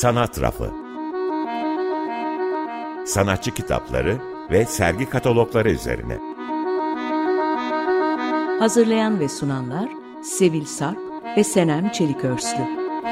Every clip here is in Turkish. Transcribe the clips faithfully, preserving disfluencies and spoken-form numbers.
Sanat Rafı. Sanatçı kitapları ve sergi katalogları üzerine. Hazırlayan ve sunanlar Sevil Sarp ve Senem Çelikörslü.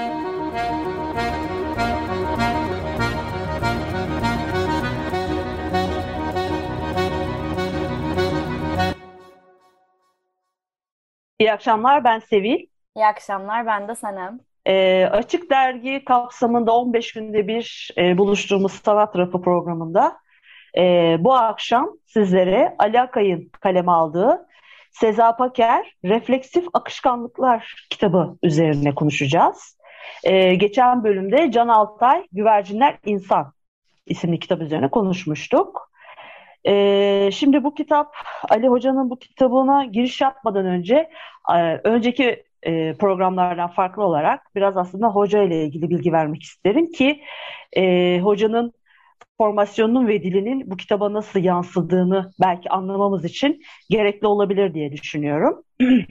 İyi akşamlar, ben Sevil. İyi akşamlar, ben de Senem. Ee, Açık Dergi kapsamında on beş günde bir e, buluştuğumuz Sanat Rafı programında e, bu akşam sizlere Ali Akay'ın kaleme aldığı Seza Paker Refleksif Akışkanlıklar kitabı üzerine konuşacağız. E, geçen bölümde Can Altay Güvercinler İnsan isimli kitap üzerine konuşmuştuk. E, şimdi bu kitap, Ali Hoca'nın bu kitabına giriş yapmadan önce e, önceki e, programlardan farklı olarak biraz aslında hoca ile ilgili bilgi vermek isterim ki e, hocanın formasyonunun ve dilinin bu kitaba nasıl yansıdığını belki anlamamız için gerekli olabilir diye düşünüyorum.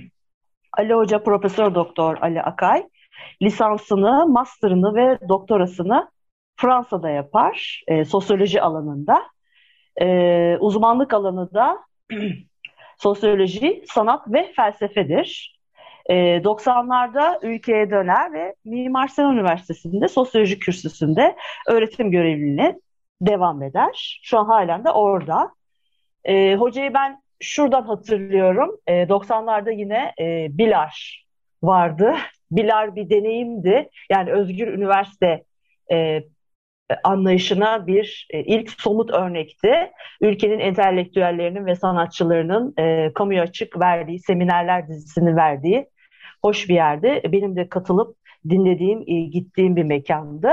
Ali Hoca Profesör Doktor Ali Akay lisansını, master'ını ve doktorasını Fransa'da yapar, e, sosyoloji alanında. E, uzmanlık alanı da sosyoloji, sanat ve felsefedir. E, doksanlarda ülkeye döner ve Mimar Sinan Üniversitesi'nde sosyoloji kürsüsünde öğretim görevliliğine devam eder. Şu an halen de orada. E, hocayı ben şuradan hatırlıyorum. E, doksanlarda yine e, Bilar vardı. Bilar bir deneyimdi. Yani özgür üniversite e, anlayışına bir e, ilk somut örnekti. Ülkenin entelektüellerinin ve sanatçılarının e, kamuya açık verdiği, seminerler dizisini verdiği hoş bir yerde. Benim de katılıp dinlediğim, e, gittiğim bir mekandı.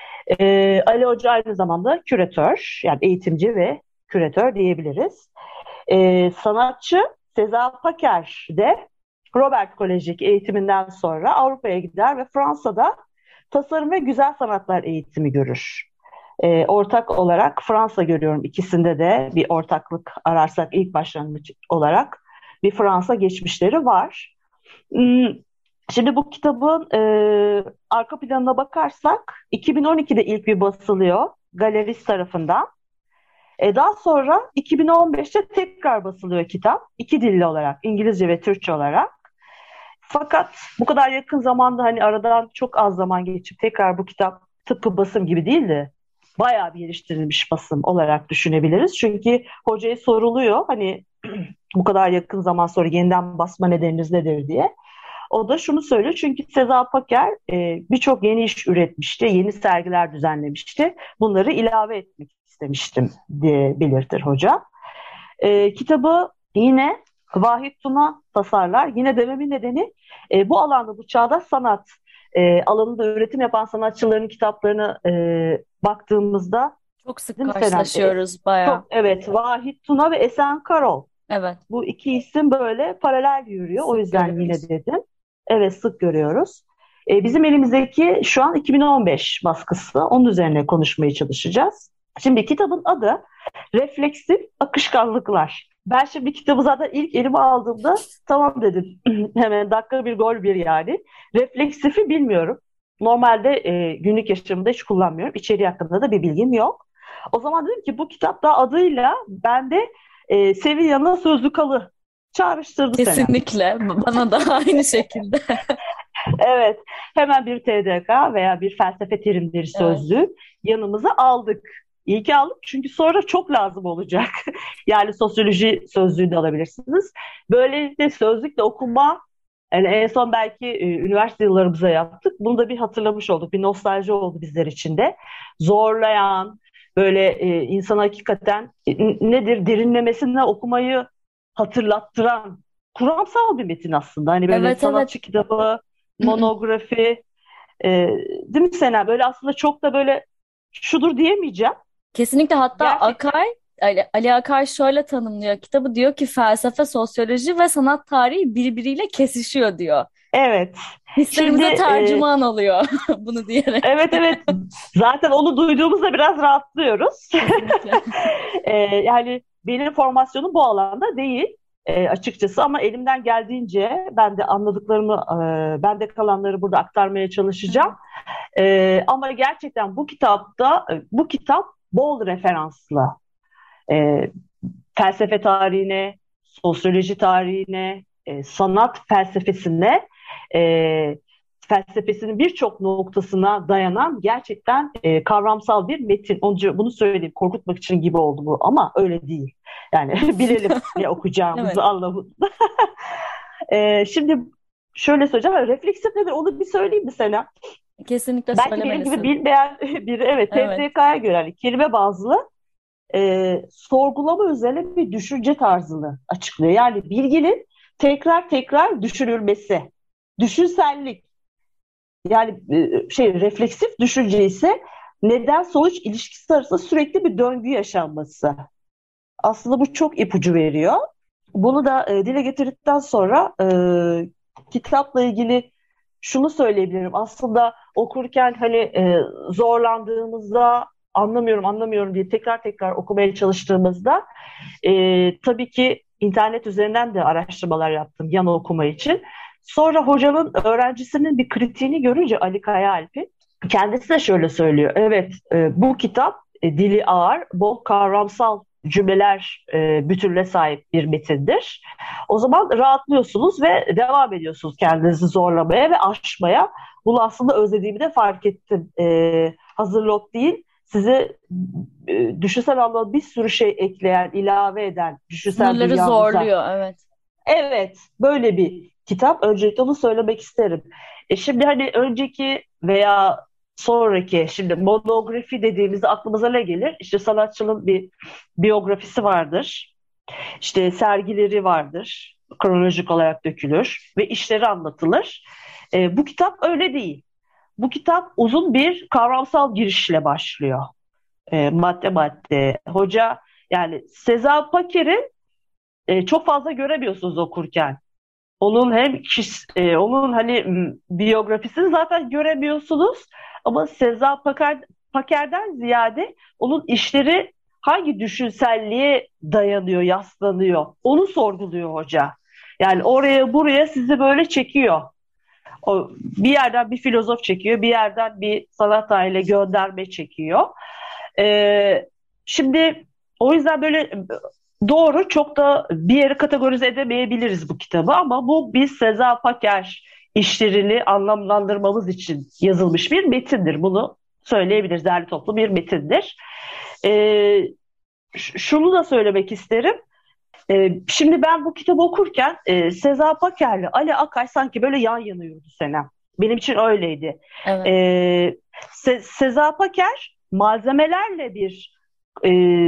E, Ali Hoca aynı zamanda küratör, yani eğitimci ve küratör diyebiliriz. E, sanatçı Seza Paker de Robert Kolej'deki eğitiminden sonra Avrupa'ya gider ve Fransa'da tasarım ve güzel sanatlar eğitimi görür. E, ortak olarak Fransa görüyorum, ikisinde de bir ortaklık ararsak ilk başlangıç olarak bir Fransa geçmişleri var. Hmm, Şimdi bu kitabın e, arka planına bakarsak iki bin on ikide ilk bir basılıyor Galerist tarafından. E, daha sonra iki bin on beşte tekrar basılıyor kitap, iki dilli olarak, İngilizce ve Türkçe olarak. Fakat bu kadar yakın zamanda, hani aradan çok az zaman geçip tekrar bu kitap tıpkı basım gibi değil de bayağı bir geliştirilmiş basım olarak düşünebiliriz. Çünkü hocaya soruluyor hani bu kadar yakın zaman sonra yeniden basma nedeniniz nedir diye. O da şunu söylüyor, çünkü Seza Paker e, birçok yeni iş üretmişti, yeni sergiler düzenlemişti. Bunları ilave etmek istemiştim diye belirtir hoca. E, kitabı yine Vahit Tuna tasarlar. Yine dememin nedeni e, bu alanda, bu çağdaş sanat e, alanında üretim yapan sanatçıların kitaplarına e, baktığımızda Çok sık değil mi Senem? karşılaşıyoruz E, bayağı. çok, evet, Vahit Tuna ve Esen Karol. Evet, Bu iki isim böyle paralel yürüyor. O sık yüzden yine görüyoruz. dedim. Evet, sık görüyoruz. E, bizim elimizdeki şu an iki bin on beş baskısı. Onun üzerine konuşmaya çalışacağız. Şimdi kitabın adı Refleksif Akışkanlıklar. Ben şimdi kitabı zaten ilk elime aldığımda tamam dedim. Hemen dakika bir gol bir yani. Refleksifi bilmiyorum. Normalde e, günlük yaşamımda hiç kullanmıyorum. İçeriği hakkında da bir bilgim yok. O zaman dedim ki bu kitap da adıyla bende e, Sevilla'nın sözlük alı çağrıştırdı Senem. Kesinlikle. Bana da aynı şekilde. Evet, hemen bir T D K veya bir felsefe terimleri Evet. sözlüğü yanımıza aldık. İyi ki aldık, çünkü sonra çok lazım olacak. Yani sosyoloji sözlüğü de alabilirsiniz. Böylelikle sözlükle okuma, yani en son belki e, üniversite yıllarımıza yaptık. Bunu da bir hatırlamış olduk. Bir nostalji oldu bizler için de. Zorlayan, böyle e, insana hakikaten e, nedir, derinlemesine okumayı hatırlattıran kuramsal bir metin aslında. Hani böyle Evet, evet. sanatçı kitabı, monografi, e, değil mi Sena? Böyle aslında çok da böyle şudur diyemeyeceğim. Kesinlikle. Hatta Gerçekten Akay, Ali, Ali Akay şöyle tanımlıyor kitabı. Diyor ki felsefe, sosyoloji ve sanat tarihi birbiriyle kesişiyor diyor. evet. Şimdi Hislerimize e, tercüman oluyor bunu diyerek. evet evet, zaten onu duyduğumuzda biraz rahatlıyoruz. Kesinlikle. E, yani benim formasyonum bu alanda değil. e, açıkçası, ama elimden geldiğince ben de anladıklarımı, e, bende kalanları burada aktarmaya çalışacağım. E, ama gerçekten bu kitapta, e, bu kitap bol referanslı. E, Felsefe tarihine, sosyoloji tarihine, e, sanat felsefesine, e, felsefesinin birçok noktasına dayanan gerçekten e, kavramsal bir metin. Onca bunu söyleyeyim, korkutmak için gibi oldu bu ama öyle değil. Yani bilelim ne okuyacağımızı, Evet. anlamında. e, şimdi şöyle söyleyeceğim. Refleksif nedir? Onu bir söyleyeyim mi sana? Kesinlikle Belki benim gibi söylemelisin. bilmeyen biri, evet, Evet. T S K'ya göre hani kelime bazlı e, sorgulama üzerine bir düşünce tarzını açıklıyor. Yani bilginin tekrar tekrar düşünülmesi, düşünsellik. Yani e, şey refleksif düşünce ise neden sonuç ilişkisi arasında sürekli bir döngü yaşanması. Aslında bu çok ipucu veriyor. Bunu da e, dile getirdikten sonra e, kitapla ilgili şunu söyleyebilirim. Aslında okurken hani e, zorlandığımızda, anlamıyorum anlamıyorum diye tekrar tekrar okumaya çalıştığımızda e, tabii ki internet üzerinden de araştırmalar yaptım yan okuma için. Sonra hocamın öğrencisinin bir kritiğini görünce, Ali Kaya Alp'i, kendisi de şöyle söylüyor. Evet, e, bu kitap e, dili ağır, bol kavramsal cümleler e, bütününe sahip bir metindir. O zaman rahatlıyorsunuz ve devam ediyorsunuz kendinizi zorlamaya ve aşmaya. Bunu aslında özlediğimi de fark ettim. E, hazır not değil, size e, düşünsel anlamda bir sürü şey ekleyen, ilave eden, düşünsel Sınırları dünyanıza. zorluyor, evet. Evet, böyle bir kitap. Öncelikle onu söylemek isterim. E şimdi hani önceki veya sonraki, şimdi monografi dediğimizde aklımıza ne gelir? İşte sanatçının bir biyografisi vardır. İşte sergileri vardır. Kronolojik olarak dökülür ve işleri anlatılır. E, bu kitap öyle değil. Bu kitap uzun bir kavramsal girişle başlıyor. E, madde madde. Hoca, yani Seza Paker'i e, çok fazla göremiyorsunuz okurken. Onun hem kişis- e, onun hani m, biyografisini zaten göremiyorsunuz, ama Seza Paker, Paker'den ziyade onun işleri hangi düşünselliğe dayanıyor, yaslanıyor, onu sorguluyor hoca. Yani oraya buraya sizi böyle çekiyor. O, bir yerden bir filozof çekiyor, bir yerden bir sanat tarihiyle gönderme çekiyor. Ee, Şimdi o yüzden böyle doğru, çok da bir yere kategorize edemeyebiliriz bu kitabı, ama bu bir Seza Paker işlerini anlamlandırmamız için yazılmış bir metindir. Bunu söyleyebiliriz. Derli toplu bir metindir. Ee, ş- Şunu da söylemek isterim. Ee, şimdi ben bu kitabı okurken e, Seza Paker'le Ali Akay sanki böyle yan yana yürüdü Senem. Benim için öyleydi. Evet. Ee, Se- Seza Paker malzemelerle bir e,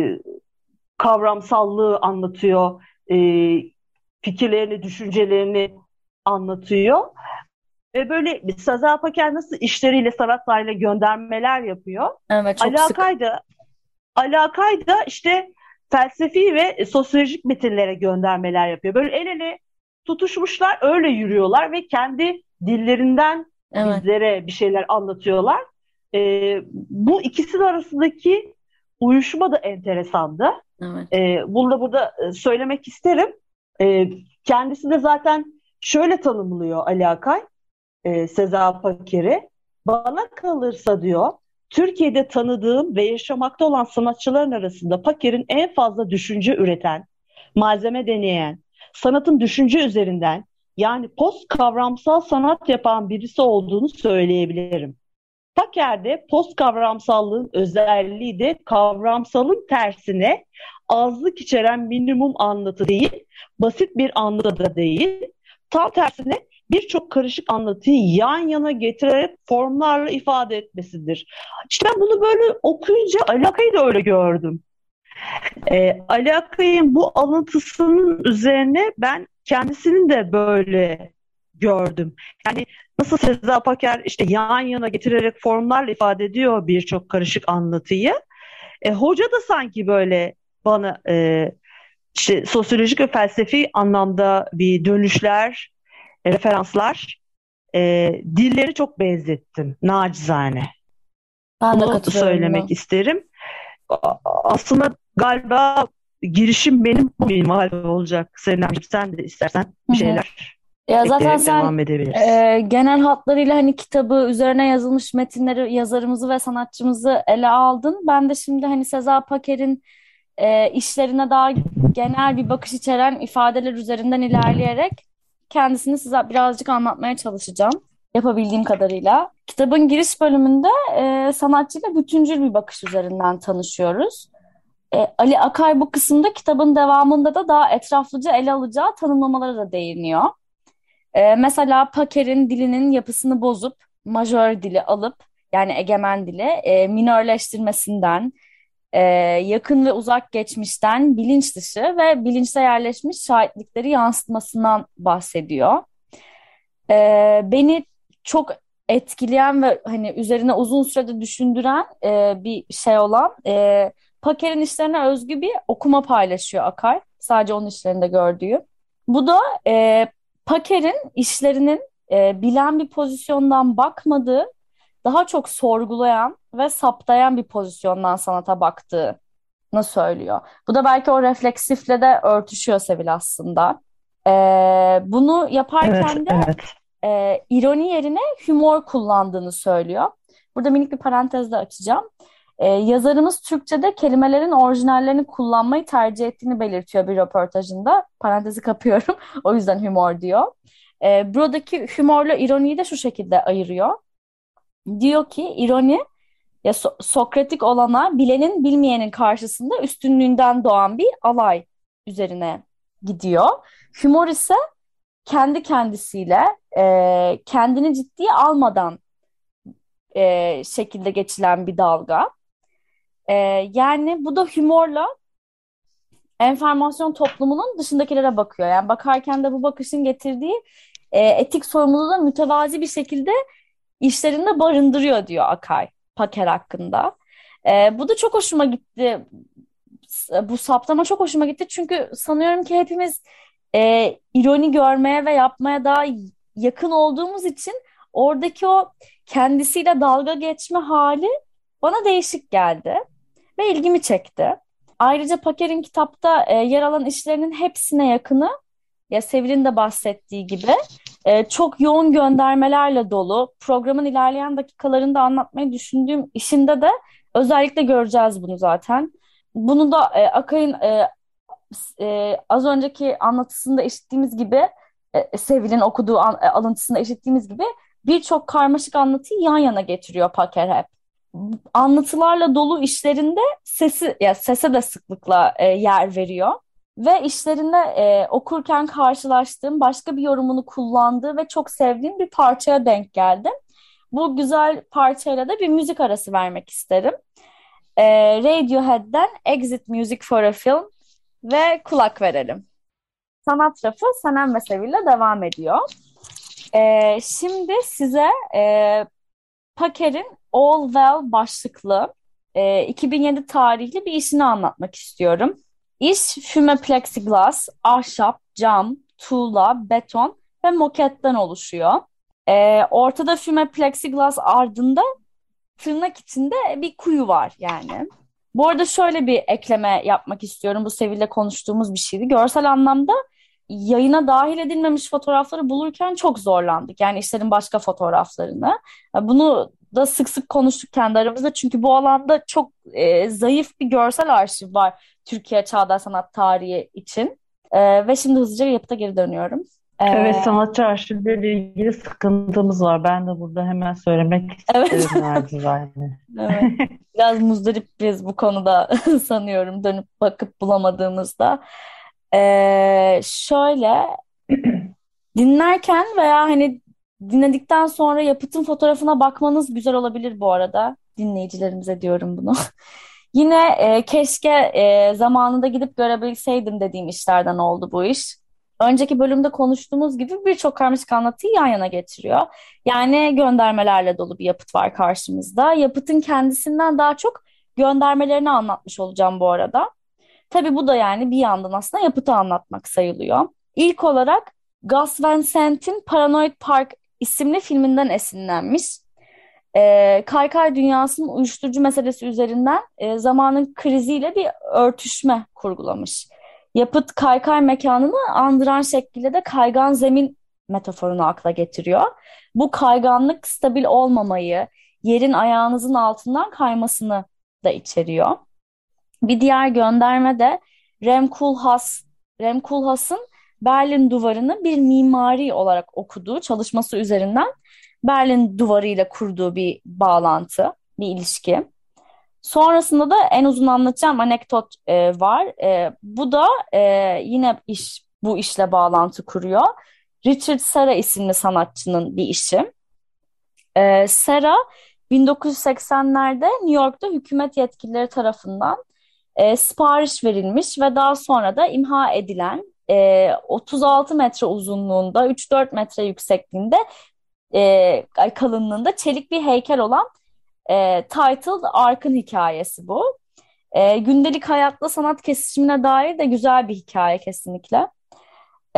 kavramsallığı anlatıyor, e, fikirlerini, düşüncelerini anlatıyor. Ve böyle Seza Paker nasıl işleriyle, sanatlarıyla göndermeler yapıyor. Evet, çok Ali sık. Akay da, Ali Akay da işte felsefi ve sosyolojik metinlere göndermeler yapıyor. Böyle el ele tutuşmuşlar, öyle yürüyorlar ve kendi dillerinden Evet. bizlere bir şeyler anlatıyorlar. Ee, bu ikisinin arasındaki uyuşma da enteresandı. Evet. Ee, bunu da burada e, söylemek isterim. Ee, kendisi de zaten şöyle tanımlıyor Ali Akay, e, Seza Paker'i. Bana kalırsa diyor, Türkiye'de tanıdığım ve yaşamakta olan sanatçıların arasında Paker'in en fazla düşünce üreten, malzeme deneyen, sanatın düşünce üzerinden, yani post kavramsal sanat yapan birisi olduğunu söyleyebilirim. Paker'de post kavramsallığın özelliği de kavramsalın tersine azlık içeren minimum anlatı değil, basit bir anlatı da değil, tam tersine birçok karışık anlatıyı yan yana getirerek formlarla ifade etmesidir. İşte ben bunu böyle okuyunca Ali Akay'ı da öyle gördüm. Ee, Ali Akay'ın bu alıntısının üzerine ben kendisinin de böyle gördüm. Yani nasıl Seza Paker işte yan yana getirerek formlarla ifade ediyor birçok karışık anlatıyı. E, hoca da sanki böyle bana e, işte sosyolojik ve felsefi anlamda bir dönüşler, e, referanslar, e, dilleri çok benzettim nacizane. Ben de Bunu katılıyorum söylemek buna. isterim. A- Aslında galiba girişim benim minval olacak. Senemciğim, sen de istersen Hı bir hı. şeyler Ya zaten ekleyerek sen devam edebiliriz. e, genel hatlarıyla hani kitabı üzerine yazılmış metinleri, yazarımızı ve sanatçımızı ele aldın. Ben de şimdi hani Seza Paker'in e, işlerine daha genel bir bakış içeren ifadeler üzerinden ilerleyerek kendisini size birazcık anlatmaya çalışacağım. Yapabildiğim kadarıyla. Kitabın giriş bölümünde e, sanatçıyla bütüncül bir bakış üzerinden tanışıyoruz. E, Ali Akay bu kısımda kitabın devamında da daha etraflıca ele alacağı tanımlamalara da değiniyor. Ee, mesela Paker'in dilinin yapısını bozup majör dili alıp yani egemen dili e, minörleştirmesinden, e, yakın ve uzak geçmişten bilinç dışı ve bilinçte yerleşmiş şahitlikleri yansıtmasından bahsediyor. Ee, beni çok etkileyen ve hani üzerine uzun sürede düşündüren e, bir şey olan e, Paker'in işlerine özgü bir okuma paylaşıyor Akay. Sadece onun işlerinde gördüğü. Bu da e, Paker'in işlerinin e, bilen bir pozisyondan bakmadığı, daha çok sorgulayan ve saptayan bir pozisyondan sanata baktığını söylüyor. Bu da belki o refleksifle de örtüşüyor Sevil aslında. E, bunu Evet, yaparken de evet. e, ironi yerine humor kullandığını söylüyor. Burada minik bir parantez de açacağım. E, yazarımız Türkçe'de kelimelerin orijinallerini kullanmayı tercih ettiğini belirtiyor bir röportajında. Parantezi kapıyorum. O yüzden humor diyor. E, buradaki humorla ironiyi de şu şekilde ayırıyor. Diyor ki ironi ya so- Sokratik olana bilenin bilmeyenin karşısında üstünlüğünden doğan bir alay üzerine gidiyor. Humor ise kendi kendisiyle e, kendini ciddiye almadan e, şekilde geçilen bir dalga. E, Yani bu da humorla enformasyon toplumunun dışındakilere bakıyor. Yani bakarken de bu bakışın getirdiği e, etik sorumluluğu da mütevazi bir şekilde işlerinde barındırıyor diyor Akay Paker hakkında. E, bu da çok hoşuma gitti. Bu saptama çok hoşuma gitti. Çünkü sanıyorum ki hepimiz e, ironi görmeye ve yapmaya daha yakın olduğumuz için oradaki o kendisiyle dalga geçme hali bana değişik geldi ve ilgimi çekti. Ayrıca Paker'in kitapta e, yer alan işlerinin hepsine yakını, ya Sevil'in de bahsettiği gibi e, çok yoğun göndermelerle dolu. Programın ilerleyen dakikalarında anlatmayı düşündüğüm işinde de özellikle göreceğiz bunu zaten. Bunu da e, Akay'ın e, e, az önceki anlatısında işittiğimiz gibi, e, Sevil'in okuduğu an, e, alıntısında işittiğimiz gibi birçok karmaşık anlatıyı yan yana getiriyor Paker hep. Anlatılarla dolu işlerinde sesi, ya sese de sıklıkla e, yer veriyor. Ve işlerinde e, okurken karşılaştığım, başka bir yorumunu kullandığı ve çok sevdiğim bir parçaya denk geldim. Bu güzel parçayla da bir müzik arası vermek isterim. E, Radiohead'den Exit Music for a Film ve kulak verelim. Sanat rafı Sanem ve Sevil'le devam ediyor. E, şimdi size e, Paker'in All Well başlıklı e, iki bin yedi tarihli bir işini anlatmak istiyorum. İş füme plexiglas, ahşap, cam, tuğla, beton ve moketten oluşuyor. E, ortada füme plexiglas ardında tırnak içinde bir kuyu var yani. Bu arada şöyle bir ekleme yapmak istiyorum. Bu Sevil'le konuştuğumuz bir şeydi. Görsel anlamda yayına dahil edilmemiş fotoğrafları bulurken çok zorlandık. Yani işlerin başka fotoğraflarını. Bunu da sık sık konuştuk kendi aramızda. Çünkü bu alanda çok e, zayıf bir görsel arşiv var Türkiye çağdaş sanat tarihi için. E, ve şimdi hızlıca yapıta geri dönüyorum. E, Evet, sanatçı arşivleriyle ilgili sıkıntımız var. Ben de burada hemen söylemek evet. isterim nacizane. Evet. Biraz muzdaripiz bu konuda sanıyorum dönüp bakıp bulamadığımızda. Ee, şöyle dinlerken veya hani dinledikten sonra yapıtın fotoğrafına bakmanız güzel olabilir bu arada. Dinleyicilerimize diyorum bunu. Yine e, keşke e, zamanında gidip görebilseydim dediğim işlerden oldu bu iş. Önceki bölümde konuştuğumuz gibi birçok karmaşık anlatıyı yan yana getiriyor. Yani göndermelerle dolu bir yapıt var karşımızda. Yapıtın kendisinden daha çok göndermelerini anlatmış olacağım bu arada. Tabii bu da yani bir yandan aslında yapıtı anlatmak sayılıyor. İlk olarak Gus Van Sant'in Paranoid Park isimli filminden esinlenmiş. e, kaykay dünyasının uyuşturucu meselesi üzerinden e, zamanın kriziyle bir örtüşme kurgulamış. Yapıt kaykay mekanını andıran şekilde de kaygan zemin metaforunu akla getiriyor. Bu kayganlık stabil olmamayı, yerin ayağınızın altından kaymasını da içeriyor. Bir diğer gönderme de Rem Koolhaas, Rem Koolhaas'ın Berlin Duvarı'nı bir mimari olarak okuduğu çalışması üzerinden Berlin Duvarı ile kurduğu bir bağlantı, bir ilişki. Sonrasında da en uzun anlatacağım anekdot e, var. E, bu da e, yine iş bu işle bağlantı kuruyor. Richard Serra isimli sanatçının bir işi. E, Serra bin dokuz yüz seksenlerde New York'ta hükümet yetkilileri tarafından e, sipariş verilmiş ve daha sonra da imha edilen e, otuz altı metre uzunluğunda, üç dört metre yüksekliğinde, e, kalınlığında çelik bir heykel olan e, Titled Ark'ın hikayesi bu. E, gündelik hayatla sanat kesişimine dair de güzel bir hikaye kesinlikle. E,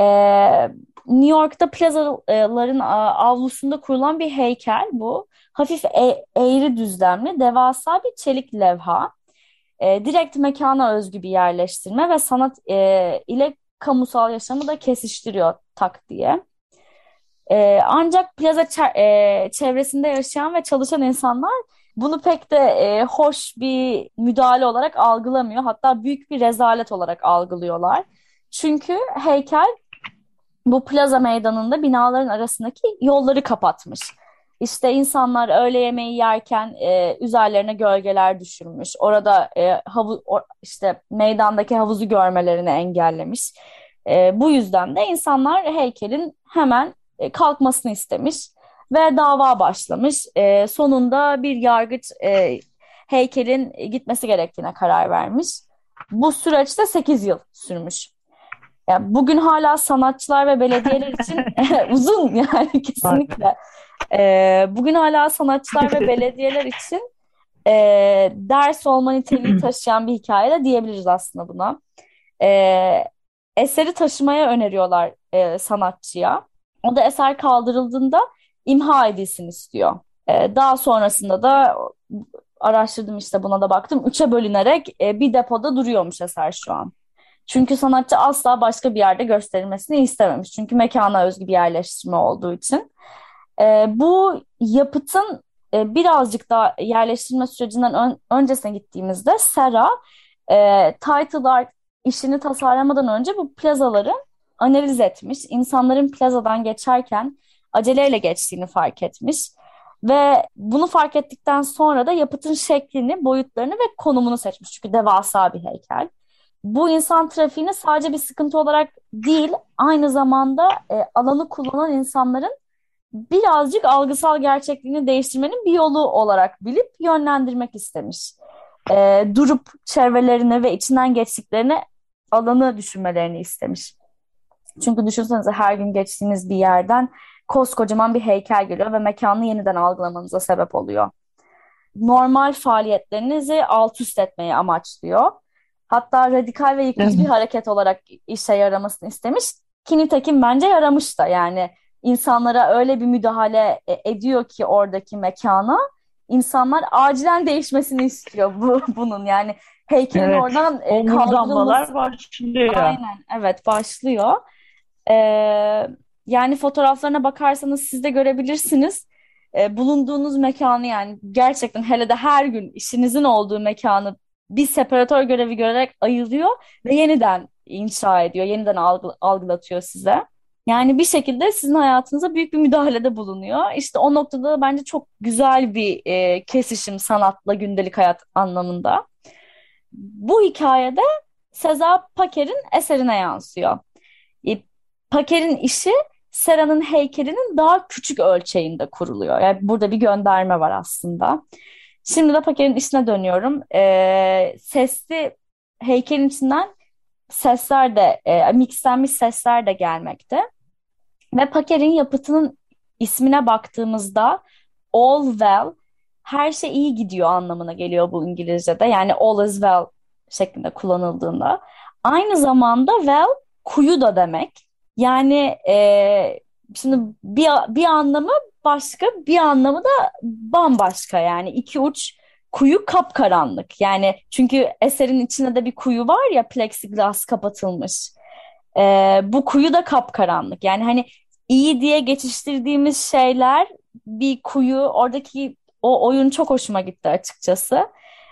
New York'ta plazaların avlusunda kurulan bir heykel bu. Hafif e- eğri düzlemli, devasa bir çelik levha. E, direkt mekana özgü bir yerleştirme ve sanat e, ile kamusal yaşamı da kesiştiriyor tak diye. E, ancak plaza çer- e, çevresinde yaşayan ve çalışan insanlar bunu pek de e, hoş bir müdahale olarak algılamıyor. Hatta büyük bir rezalet olarak algılıyorlar. Çünkü heykel bu plaza meydanında binaların arasındaki yolları kapatmış. İşte insanlar öğle yemeği yerken e, üzerlerine gölgeler düşürmüş. Orada e, havu, o, işte meydandaki havuzu görmelerini engellemiş. E, bu yüzden de insanlar heykelin hemen e, kalkmasını istemiş ve dava başlamış. E, sonunda bir yargıç e, heykelin gitmesi gerektiğine karar vermiş. Bu süreçte sekiz yıl sürmüş. Yani bugün hala sanatçılar ve belediyeler için uzun yani kesinlikle. Ee, bugün hala sanatçılar ve belediyeler için e, ders olma niteliği taşıyan bir hikaye de diyebiliriz aslında buna. Ee, eseri taşımaya öneriyorlar e, sanatçıya. O da eser kaldırıldığında imha edilsin istiyor. Ee, daha sonrasında da araştırdım, işte buna da baktım. Üçe bölünerek e, bir depoda duruyormuş eser şu an. Çünkü sanatçı asla başka bir yerde gösterilmesini istememiş. Çünkü mekana özgü bir yerleştirme olduğu için. E, bu yapıtın e, birazcık daha yerleştirme sürecinden ön, öncesine gittiğimizde Serra e, Title Art işini tasarlamadan önce bu plazaları analiz etmiş. İnsanların plazadan geçerken aceleyle geçtiğini fark etmiş. Ve bunu fark ettikten sonra da yapıtın şeklini, boyutlarını ve konumunu seçmiş. Çünkü devasa bir heykel. Bu insan trafiğini sadece bir sıkıntı olarak değil, aynı zamanda e, alanı kullanan insanların birazcık algısal gerçekliğini değiştirmenin bir yolu olarak bilip yönlendirmek istemiş. E, durup çevrelerini ve içinden geçtiklerini, alanı düşünmelerini istemiş. Çünkü düşünsenize, her gün geçtiğiniz bir yerden koskocaman bir heykel geliyor ve mekanı yeniden algılamanıza sebep oluyor. Normal faaliyetlerinizi alt üst etmeyi amaçlıyor. Hatta radikal ve yıkıcı bir hareket olarak işe yaramasını istemiş. Ki nitekim bence yaramış da. Yani insanlara öyle bir müdahale ediyor ki oradaki mekana, insanlar acilen değişmesini istiyor bu bunun. Yani heykelin evet, oradan kaldırılması başlıyor. Aynen, evet, başlıyor. Ee, yani fotoğraflarına bakarsanız siz de görebilirsiniz. Ee, bulunduğunuz mekanı, yani gerçekten hele de her gün işinizin olduğu mekanı bir separatör görevi görerek ayırıyor ve yeniden inşa ediyor, yeniden algı, algılatıyor size. Yani bir şekilde sizin hayatınıza büyük bir müdahalede bulunuyor. İşte o noktada da bence çok güzel bir e, kesişim sanatla gündelik hayat anlamında. Bu hikayede César Paquer'in eserine yansıyor. E, Paquer'in işi Serra'nın heykelinin daha küçük ölçeğinde kuruluyor. Yani burada bir gönderme var aslında. Şimdi de Paquer'in işine dönüyorum. E, sesli heykelin içinden sesler de, e, mixlenmiş sesler de gelmekte. Ve Paquer'in yapıtının ismine baktığımızda all well, her şey iyi gidiyor anlamına geliyor bu İngilizce'de. Yani all is well şeklinde kullanıldığında. Aynı zamanda well, kuyu da demek. Yani e, şimdi bir, bir anlamı başka, bir anlamı da bambaşka. Yani iki uç kuyu kapkaranlık. Yani çünkü eserin içinde de bir kuyu var ya, plexiglas kapatılmış. Ee, bu kuyu da kapkaranlık. Yani hani iyi diye geçiştirdiğimiz şeyler bir kuyu. Oradaki o oyun çok hoşuma gitti açıkçası.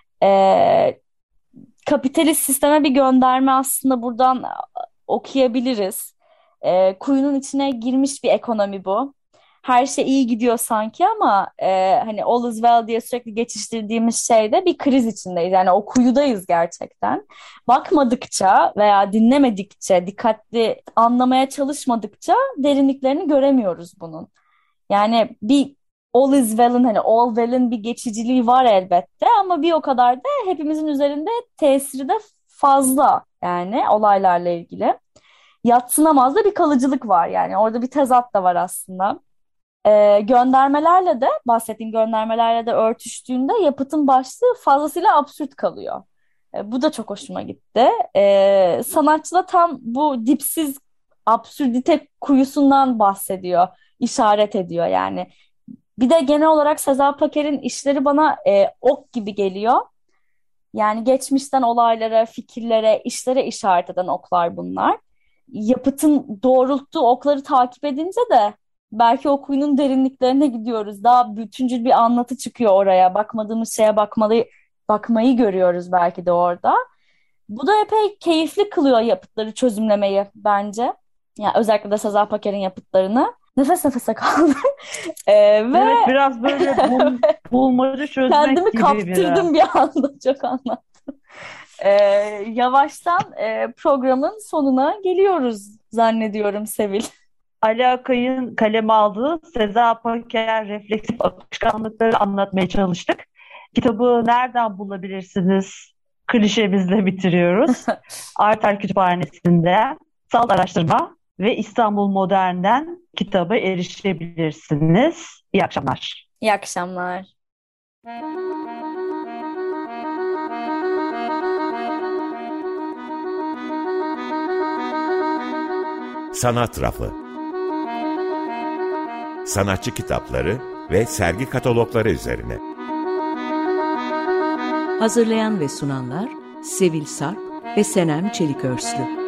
Ee, Kapitalist sisteme bir gönderme aslında buradan okuyabiliriz. Ee, kuyunun içine girmiş bir ekonomi bu. Her şey iyi gidiyor sanki ama e, hani all is well diye sürekli geçiştirdiğimiz şeyde bir kriz içindeyiz. Yani o kuyudayız gerçekten. Bakmadıkça veya dinlemedikçe, dikkatli anlamaya çalışmadıkça derinliklerini göremiyoruz bunun. Yani bir all is well'ın, hani all well'ın bir geçiciliği var elbette ama bir o kadar da hepimizin üzerinde tesiri de fazla, yani olaylarla ilgili. Yadsınamaz da bir kalıcılık var, yani orada bir tezat da var aslında. Ee, göndermelerle de, bahsettiğim göndermelerle de örtüştüğünde yapıtın başlığı fazlasıyla absürt kalıyor. Ee, bu da çok hoşuma gitti. Ee, sanatçı da tam bu dipsiz absürdite kuyusundan bahsediyor, işaret ediyor yani. Bir de genel olarak Sezer Peker'in işleri bana e, ok gibi geliyor. Yani geçmişten olaylara, fikirlere, işlere işaret eden oklar bunlar. Yapıtın doğrulttuğu okları takip edince de belki o kuyunun derinliklerine gidiyoruz. Daha bütüncül bir anlatı çıkıyor oraya. Bakmadığımız şeye bakmayı, bakmayı görüyoruz belki de orada. Bu da epey keyifli kılıyor yapıtları çözümlemeyi bence. Yani özellikle de Sezer Peker'in yapıtları. Nefes nefese kaldım. Ee, ve Evet, biraz böyle bul, bulmaca çözmek kendimi gibi kaptırdım biraz. bir anda, çok anlattım. Ee, Yavaştan e, programın sonuna geliyoruz zannediyorum Sevil. Ali Akay'ın kaleme aldığı Sezer Peker refleksif akışkanlıkları anlatmaya çalıştık. Kitabı nereden bulabilirsiniz? Klişemizle bitiriyoruz. Arter Kütüphanesi'nde Salt Araştırma ve İstanbul Modern'den kitaba erişebilirsiniz. İyi akşamlar. İyi akşamlar. Sanat Rafı. Sanatçı kitapları ve sergi katalogları üzerine. Hazırlayan ve sunanlar Sevil Sarp ve Senem Çelikörslü.